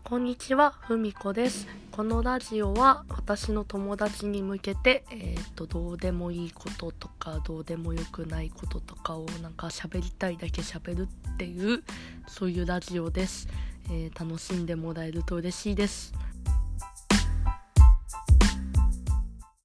こんにちは、ふみこです。このラジオは私の友達に向けて、どうでもいいこととかどうでもよくないこととかを喋りたいだけ喋るっていうそういうラジオです。楽しんでもらえると嬉しいです。